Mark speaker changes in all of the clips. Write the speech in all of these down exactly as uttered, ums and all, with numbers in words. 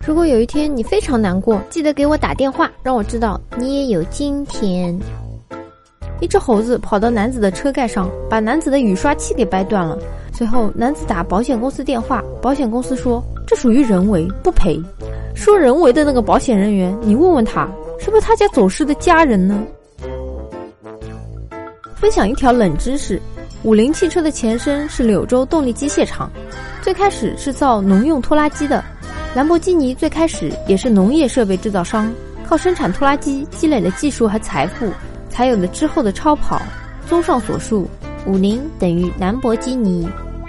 Speaker 1: 如果有一天你非常难过，记得给我打电话，让我知道你也有今天。一只猴子跑到男子的车盖上，把男子的雨刷器给掰断了。随后男子打保险公司电话，保险公司说这属于人为，不赔。说人为的那个保险人员，你问问他是不是他家走失的家人呢？分享一条冷知识，五菱汽车的前身是柳州动力机械厂，最开始是造农用拖拉机的。兰博基尼最开始也是农业设备制造商，靠生产拖拉机积累了技术和财富，才有了之后的超跑。综上所述，五菱等于兰博基尼。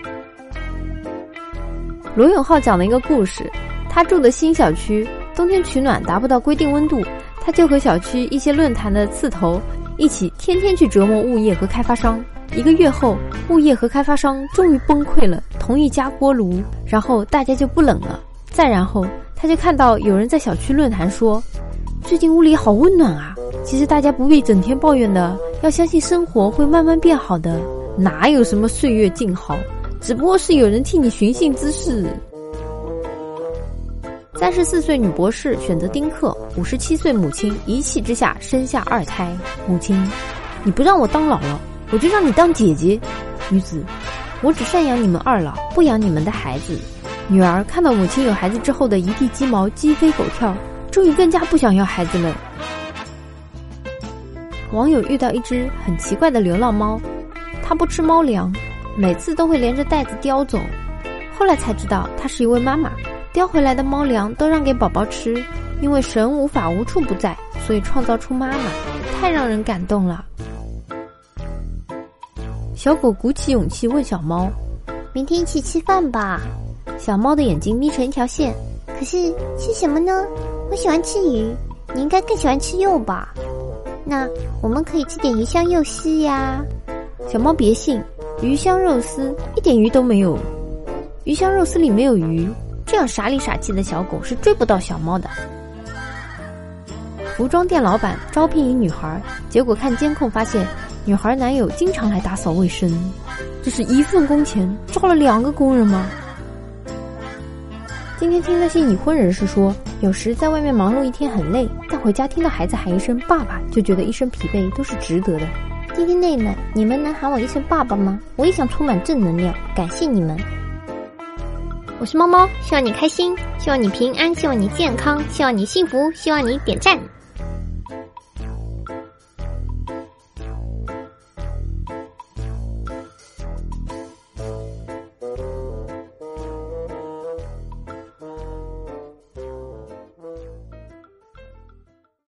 Speaker 1: 罗永浩讲了一个故事，他住的新小区冬天取暖达不到规定温度，他就和小区一些论坛的刺头一起天天去折磨物业和开发商。一个月后，物业和开发商终于崩溃了，同意加锅炉，然后大家就不冷了。再然后他就看到有人在小区论坛说，最近屋里好温暖啊，其实大家不必整天抱怨的，要相信生活会慢慢变好的，哪有什么岁月静好，只不过是有人替你寻衅滋事。三十四岁女博士选择丁克，五十七岁母亲一气之下生下二胎。母亲，你不让我当姥姥，我就让你当姐姐。女子，我只赡养你们二老，不养你们的孩子。女儿看到母亲有孩子之后的一地鸡毛，鸡飞狗跳，终于更加不想要孩子了。网友遇到一只很奇怪的流浪猫，它不吃猫粮，每次都会连着袋子叼走。后来才知道它是一位妈妈，叼回来的猫粮都让给宝宝吃，因为神无法无处不在，所以创造出妈妈，太让人感动了。小狗鼓起勇气问小猫，
Speaker 2: 明天一起吃饭吧。
Speaker 1: 小猫的眼睛眯成一条线，
Speaker 2: 可是吃什么呢？我喜欢吃鱼，你应该更喜欢吃肉吧？那我们可以吃点鱼香肉丝呀。
Speaker 1: 小猫别信，鱼香肉丝一点鱼都没有，鱼香肉丝里没有鱼。这样傻里傻气的小狗是追不到小猫的。服装店老板招聘一女孩，结果看监控发现女孩男友经常来打扫卫生，这是一份工钱招了两个工人吗？今天听那些已婚人士说，有时在外面忙碌一天很累，但回家听到孩子喊一声爸爸，就觉得一身疲惫都是值得的。
Speaker 2: 弟弟妹妹，你们能喊我一声爸爸吗？我也想充满正能量，感谢你们。我是猫猫，希望你开心，希望你平安，希望你健康，希望你幸福，希望你点赞。